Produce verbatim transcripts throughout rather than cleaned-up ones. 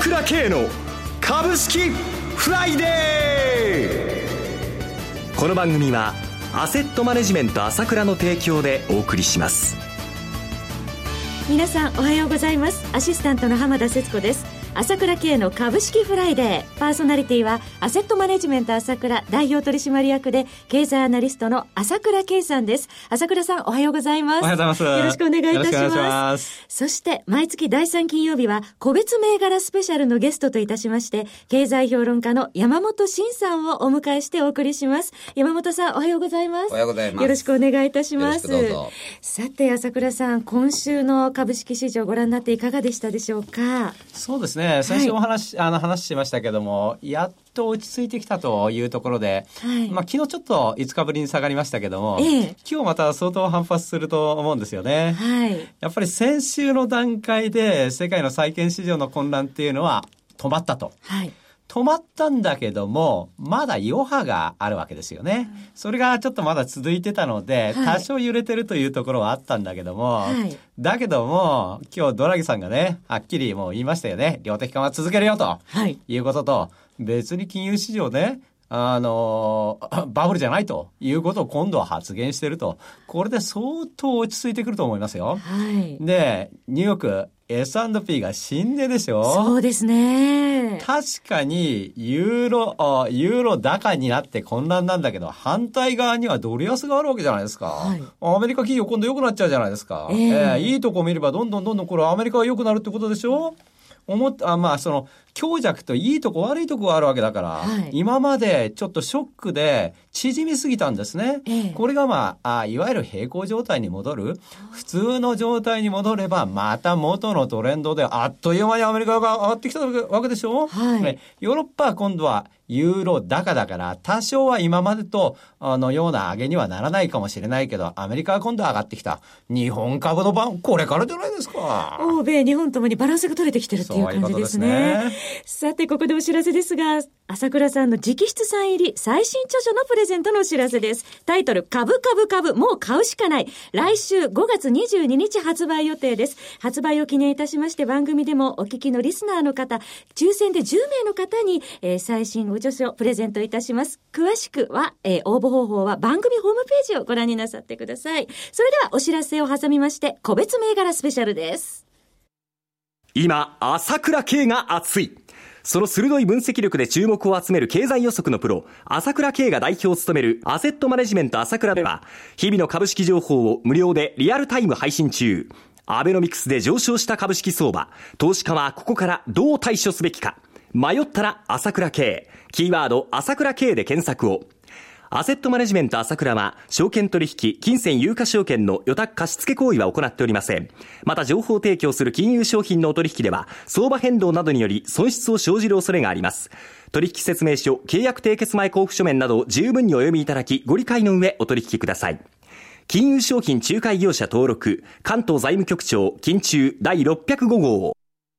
倉慶の株式フライデー。この番組はアセットマネジメント朝倉の提供でお送りします。 皆さんおはようございます。アシスタントの浜田節子です。朝倉慶の株式フライデー。パーソナリティはアセットマネジメント朝倉代表取締役で経済アナリストの朝倉慶さんです。朝倉さんおはようございます。 おはようございます。 よろしくお願いいたします。 よろしくお願いします。 そして毎月だいさん金曜日は個別銘柄スペシャルのゲストといたしまして経済評論家の山本慎さんをお迎えしてお送りします。山本さんおはようございます。 おはようございます。 よろしくお願いいたします。 よろしくどうぞ。 さて朝倉さん、今週の株式市場ご覧になっていかがでしたでしょうか。 そうですね、先週お話、はい、あの話しましたけども、やっと落ち着いてきたというところで、はい、まあ、昨日ちょっといつかぶりに下がりましたけども、ええ、今日また相当反発すると思うんですよね、はい、やっぱり先週の段階で世界の債券市場の混乱っていうのは止まったと、はい、止まったんだけどもまだ余波があるわけですよね、うん、それがちょっとまだ続いてたので、はい、多少揺れてるというところはあったんだけども、はい、だけども今日ドラギさんがねはっきりもう言いましたよね。量的緩和続けるよと、はい、いうことと、別に金融市場ねあのバブルじゃないということを今度は発言してると、これで相当落ち着いてくると思いますよ、はい、でニューヨークエスアンドピー が新値でしょ。 そうですね。 確かにユーロユーロ高になって混乱なんだけど、反対側にはドル安があるわけじゃないですか、はい、アメリカ企業今度良くなっちゃうじゃないですか、えーえー、いいとこ見ればどんどんどんどんこれアメリカが良くなるってことでしょ。思っあまあその強弱といいとこ悪いとこがあるわけだから、はい、今までちょっとショックで縮みすぎたんですね、ええ、これがまあ、あいわゆる平行状態に戻る普通の状態に戻ればまた元のトレンドであっという間にアメリカが上がってきたわけでしょ、はい、ね、ヨーロッパは今度はユーロ高だから多少は今までとあのような上げにはならないかもしれないけど、アメリカは今度は上がってきた。日本株の番これからじゃないですか。 欧米日本ともにバランスが取れてきてるっていう感じですね。そういうことですね。さてここでお知らせですが、朝倉さんの直筆サイン入り最新著書のプレゼントのお知らせです。タイトル株株株もう買うしかない。来週ごがつにじゅうににち発売予定です。発売を記念いたしまして番組でもお聞きのリスナーの方抽選でじゅうめいの方に、えー、最新ご著書をプレゼントいたします。詳しくは、えー、応募方法は番組ホームページをご覧になさってください。それではお知らせを挟みまして個別銘柄スペシャルです。 今朝倉慶が熱い。その鋭い分析力で注目を集める経済予測のプロ朝倉慶が代表を務めるアセットマネジメント朝倉では、日々の株式情報を無料でリアルタイム配信中。アベノミクスで上昇した株式相場、投資家はここからどう対処すべきか。迷ったら朝倉慶、キーワード朝倉慶で検索を。アセットマネジメント朝倉は証券取引、金銭有価証券の予託貸付行為は行っておりません。また情報提供する金融商品のお取引では相場変動などにより損失を生じる恐れがあります。取引説明書、契約締結前交付書面などを十分にお読みいただき、ご理解の上お取引ください。金融商品仲介業者登録、関東財務局長金中だいろっぴゃくご号。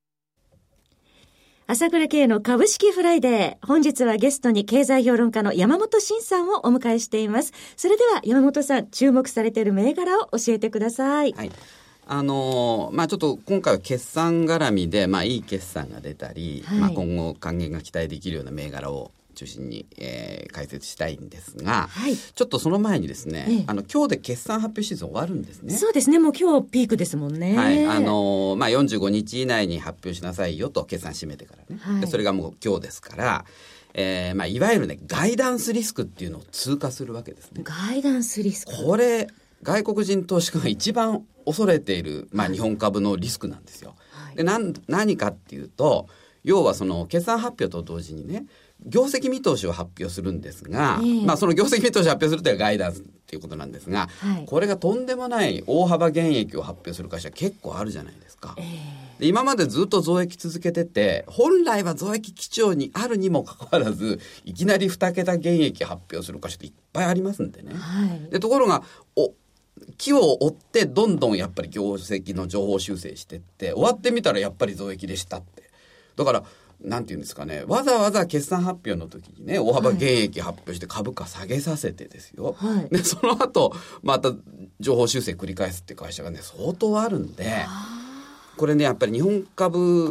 朝倉慶の株式フライデー。本日はゲストに経済評論家の山本慎さんをお迎えしています。それでは山本さん、注目されている銘柄を教えてください。 はい、あのー、まあちょっと今回は決算絡みで、まあいい決算が出たり、はい、まあ今後還元が期待できるような銘柄を中心に、えー、解説したいんですが、はい、ちょっとその前にですね、ええ、あの今日で決算発表シーズン終わるんですね。 そうですね、もう今日ピークですもんね。 はい、あのーまあ、よんじゅうごにち以内に発表しなさいよと、決算締めてからね、はい、でそれがもう今日ですから、えーまあ、いわゆるねガイダンスリスクっていうのを通過するわけですね。 ガイダンスリスク、 これ外国人投資家が一番恐れている、まあ、日本株のリスクなんですよ、はい、でなん何かっていうと、要はその決算発表と同時にね業績見通しを発表するんですが、えーまあ、その業績見通しを発表するというのがガイダンスっていうことなんですが、はい、これがとんでもない大幅減益を発表する会社結構あるじゃないですか、えー、で今までずっと増益続けてて、本来は増益基調にあるにもかかわらずいきなりに桁減益発表する会社っていっぱいありますんでね、はい、でところがお木を追ってどんどんやっぱり業績の情報修正してって終わってみたらやっぱり増益でしたって。だからなんていうんですかね、わざわざ決算発表の時にね大幅減益発表して株価下げさせてですよ、はい、でその後また情報修正繰り返すって会社がね相当あるんで、これねやっぱり日本株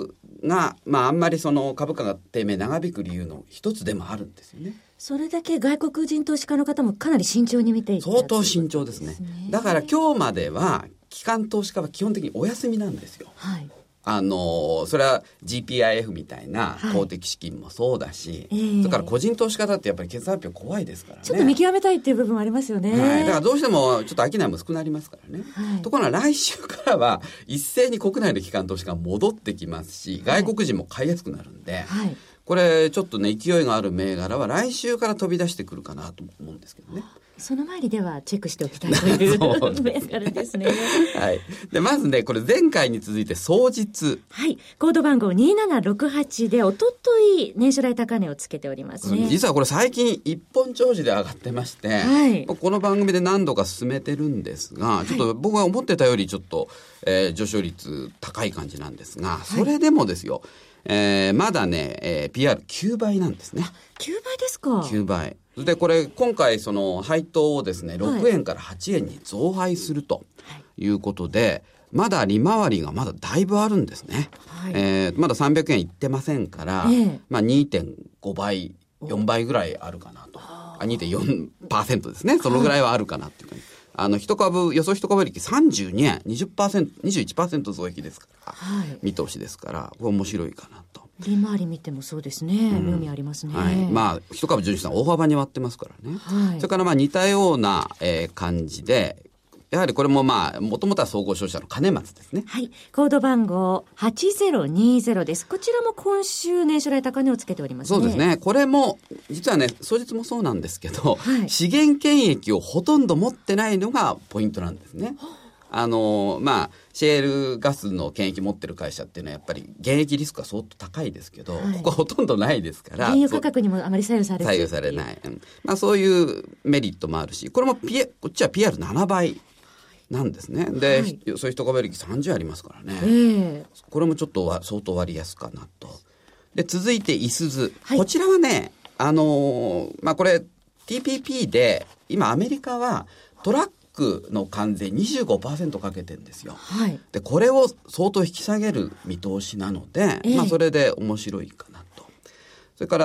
が、まあ、あんまりその株価が低迷長引く理由の一つでもあるんですよね。 それだけ外国人投資家の方もかなり慎重に見ていた相当慎重ですね。だから今日までは機関投資家は基本的にお休みなんですよ。はい、あのそれは ジーピーアイエフ みたいな公的資金もそうだし、はい、それから個人投資家だってやっぱり決算発表怖いですからね。 ちょっと見極めたいっていう部分もありますよね。 はい、だからどうしてもちょっと商いも薄くなりますからね。はい、ところが来週からは一斉に国内の機関投資家が戻ってきますし、外国人も買いやすくなるんで、はい、これちょっとね勢いがある銘柄は来週から飛び出してくるかなと思うんですけどね。 その前にではチェックしておきたいという銘柄ですね。 はい。で、まずね、これ前回に続いて双日。 はい。コード番号にーななろくはちでおととい年初来高値をつけておりますね。 実はこれ最近一本調子で上がってまして、はい、この番組で何度か進めてるんですが、ちょっと僕が思ってたよりちょっと、えー、上昇率高い感じなんですが、それでもですよ、はい、えー、まだね、えー、ピーアールきゅう 倍なんですね。 きゅうばいですか。 きゅうばい。で、これ今回その配当をですね、ろくえんからはちえんに増配するということで、はい、まだ利回りがまだだいぶあるんですね。はい、えー、まださんびゃくえんいってませんから、えー、まあ にてんご 倍、よんばいぐらいあるかなと。あ、にてんよんパーセント ですね。そのぐらいはあるかなっていう感じ。あの一株予想一株利益さんじゅうにえん にじゅっパーセント にじゅういちパーセント 増益ですから、はい、見通しですからこれ面白いかなと。 利回り見てもそうですね、うん、妙味ありますね。 はい、まあ一株純資産大幅に割ってますからね。はい、それからまあ似たような、えー、感じでやはりこれもまあもともとは総合商社の金松ですね。 はい、コード番号はちぜろにぜろです。こちらも今週年初来高値をつけておりますね。 そうですね。これも実はね双日もそうなんですけど、はい、資源権益をほとんど持ってないのがポイントなんですね。あのまあシェールガスの権益持ってる会社っていうのはやっぱり現役リスクが相当高いですけど、はい、ここはほとんどないですから原油価格にもあまり左右され左右されない、うん、まあ、そういうメリットもあるしこれも、P、こっちは ピーアールなな 倍なんですね。で、はい、そういう一株利益さんじゅうありますからね、えー、これもちょっと相当割安かなと。で続いていすゞ、はい、こちらはねあのー、まあこれ ティーピーピー で今アメリカはトラックの関税 にじゅうごパーセント かけてるんですよ、はい、でこれを相当引き下げる見通しなので、えーまあ、それで面白いかなと。それから、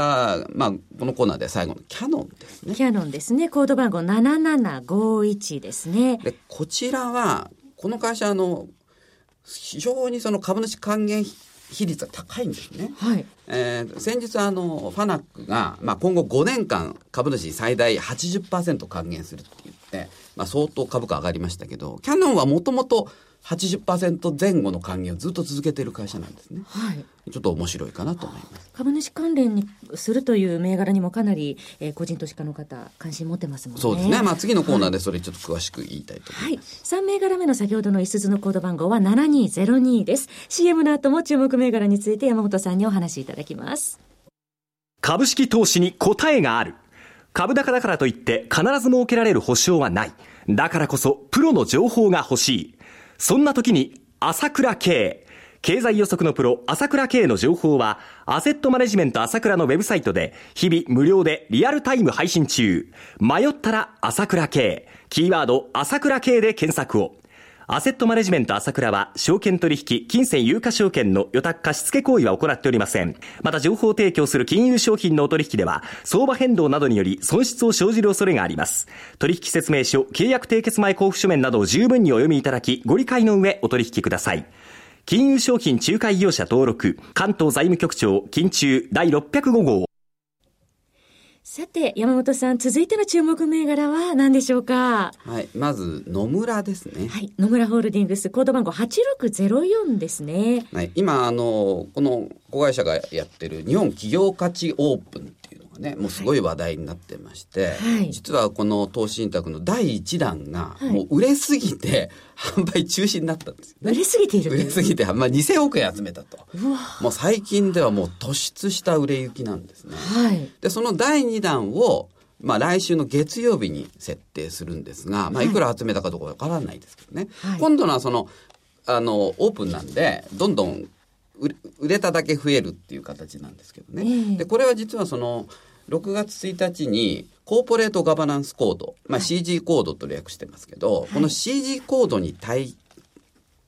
まあ、このコーナーで最後のキャノンですね。 キャノンですね。コード番号ななななごいちですね。 でこちらはこの会社の非常にその株主還元比率が高いんですね。はい、えー、先日あのファナックが、まあ、今後ごねんかん株主に最大 はちじゅっパーセント 還元するって言って、まあ、相当株価上がりましたけどキャノンはもともと はちじゅっパーセント 前後の還元をずっと続けている会社なんですね。はい、ちょっと面白いかなと思います。 株主関連にするという銘柄にもかなり、えー、個人投資家の方関心持ってますもんね。 そうですね、まあ、次のコーナーでそれちょっと詳しく言いたいと思います。 はい、さん銘柄目の先ほどのいすゞのコード番号はななにぜろにです。 シーエム の後も注目銘柄について山本さんにお話しいただきます。 株式投資に答えがある。株高だからといって必ず設けられる保証はない。だからこそプロの情報が欲しい。そんな時に朝倉慶、経済予測のプロ朝倉慶の情報はアセットマネジメント朝倉のウェブサイトで日々無料でリアルタイム配信中。迷ったら朝倉慶、キーワード朝倉慶で検索を。アセットマネジメント朝倉は証券取引、金銭有価証券の予託貸付行為は行っておりません。また情報提供する金融商品のお取引では相場変動などにより損失を生じる恐れがあります。取引説明書、契約締結前交付書面などを十分にお読みいただきご理解の上お取引ください。金融商品仲介業者登録関東財務局長金中だいろっぴゃくごごう。 さて山本さん、続いての注目銘柄は何でしょうか。 はい、まず野村ですね。 はい、野村ホールディングスコード番号はちろくぜろよんですね。 はい、今あのこの子会社がやってる日本企業価値オープンっていうのがねもうすごい話題になってまして、はい、実はこの投資信託のだいいちだんがもう売れすぎて販売中止になったんですよね。 売れすぎている。 売れすぎて、まあ、にせんおくえん集めたと。もう最近ではもう突出した売れ行きなんですね。はい、でそのだいにだんをまあ、来週の月曜日に設定するんですが、まあ、いくら集めたかどうかわからないですけどね、はい、今度のはそのあのオープンなんでどんどん売れただけ増えるっていう形なんですけどね、えー、でこれは実はそのろくがつついたちにコーポレートガバナンスコード、まあ、シージー コードと略してますけど、はい、この シージー コードに対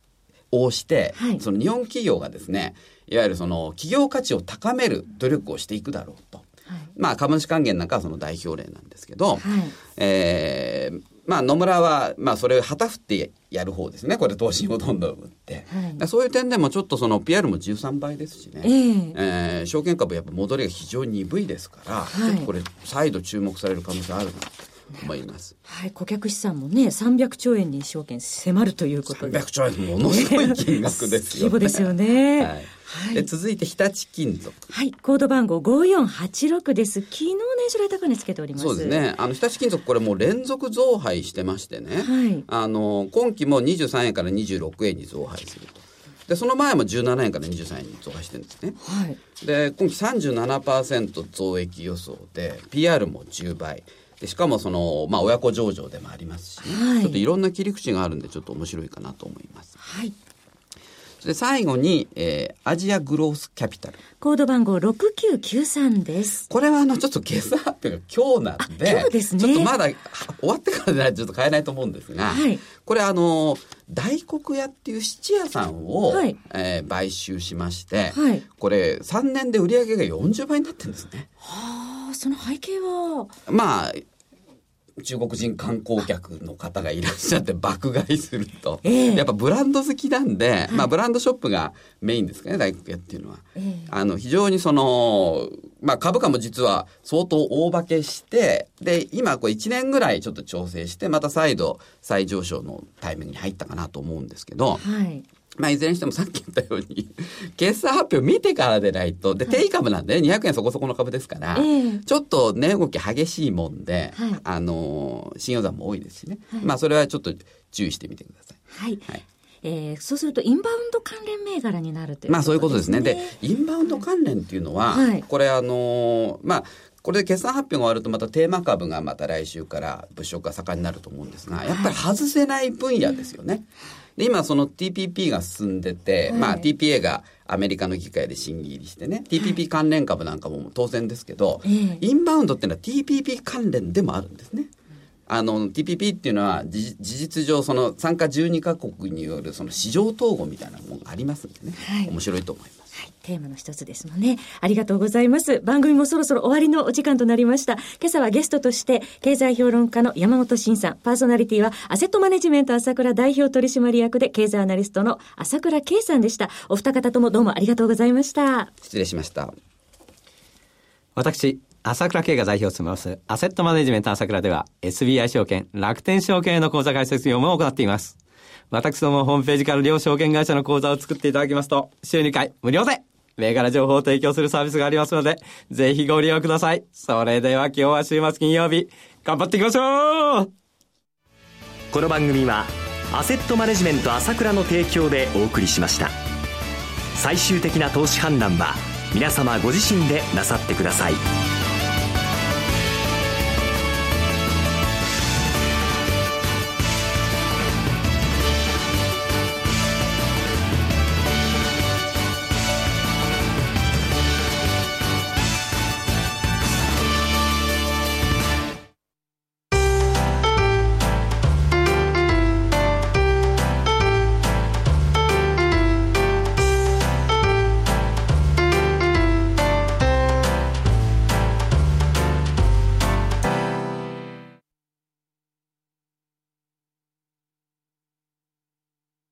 応して、はい、その日本企業がですね、いわゆるその企業価値を高める努力をしていくだろうと。はい、まあ株主還元なんかはその代表例なんですけど、はい、えー、まあ野村は、まあそれを旗振ってやる方ですね。これ投資をどんどん打って。はい、そういう点でもちょっとその ピーアール もじゅうさんばいですしね。えーえー、証券株やっぱ戻りが非常に鈍いですから、はい、ちょっとこれ再度注目される可能性あるなと思います。 はい、顧客資産もね、さんびゃくちょうえんに証券迫るということで。 さんびゃくちょうえんものすごい金額ですよね。 規模ですよね。 はいはい、で続いて日立金属。 はい、コード番号ごよんはちろくです。昨日年初来高値つけております。 そうですね。あの日立金属これもう連続増配してましてね。はい、あの今期もにじゅうさんえんからにじゅうろくえんに増配すると。でその前もじゅうななえんからにじゅうさんえんに増配してるんですね。はい、で今期 さんじゅうななパーセント 増益予想で ピーアール もじゅうばい。でしかもその、まあ、親子上場でもありますし、ね、はい、ちょっといろんな切り口があるんでちょっと面白いかなと思います。はい。そして最後に、えー、アジアグロースキャピタル。 コード番号ろくきゅうきゅうさんです。 これはあのちょっと決算発表が今日なんで、 今日ですね、 ちょっとまだ終わってからでないとちょっと買えないと思うんですが、はい、これあの大黒屋っていう質屋さんを、はい、えー、買収しまして、はい、これさんねんで売り上げがよんじゅうばいになってるんですね。 はあ、その背景はまあ中国人観光客の方がいらっしゃって爆買いすると、えー、やっぱブランド好きなんで、はい、まあブランドショップがメインですかね、大黒屋っていうのは、えー、あの非常にその、まあ、株価も実は相当大化けして、で今こういちねんぐらいちょっと調整してまた再度再上昇のタイミングに入ったかなと思うんですけど、はい、まあ、いずれにしてもさっき言ったように決算発表見てからでないと、で定位株なんで、ね、にひゃくえんそこそこの株ですから、えー、ちょっと値動き激しいもんで、はい、あの信用残も多いですしね、はい、まあそれはちょっと注意してみてください。 はい、はい、えー、そうするとインバウンド関連銘柄になるということですね。 まあそういうことですね。でインバウンド関連っていうのは、はい、これあのまあこれで決算発表が終わるとまたテーマ株がまた来週から物色が盛んになると思うんですが、やっぱり外せない分野ですよね。はい、で今その ティーピーピー が進んでて、はい、まあ ティーピーエー がアメリカの議会で審議入りしてね、 ティーピーピー 関連株なんかも当然ですけど、はい、インバウンドっていうのは ティーピーピー 関連でもあるんですね。あの ティーピーピー っていうのは事実上その参加じゅうにかこくによるその市場統合みたいなものがありますんでね、はい、面白いと思います。 はい、テーマの一つですもんね。ありがとうございます。番組もそろそろ終わりのお時間となりました。今朝はゲストとして経済評論家の山本慎さん、パーソナリティはアセットマネジメント朝倉代表取締役で経済アナリストの朝倉圭さんでした。お二方ともどうもありがとうございました。 失礼しました。 私朝倉圭が代表を務めますアセットマネジメント朝倉では エスビーアイ 証券、楽天証券への口座開設業務を行っています。私どもホームページから両証券会社の口座を作っていただきますと週にかい無料で銘柄情報を提供するサービスがありますので、ぜひご利用ください。それでは今日は週末金曜日頑張っていきましょう。 この番組はアセットマネジメント朝倉の提供でお送りしました。最終的な投資判断は皆様ご自身でなさってください。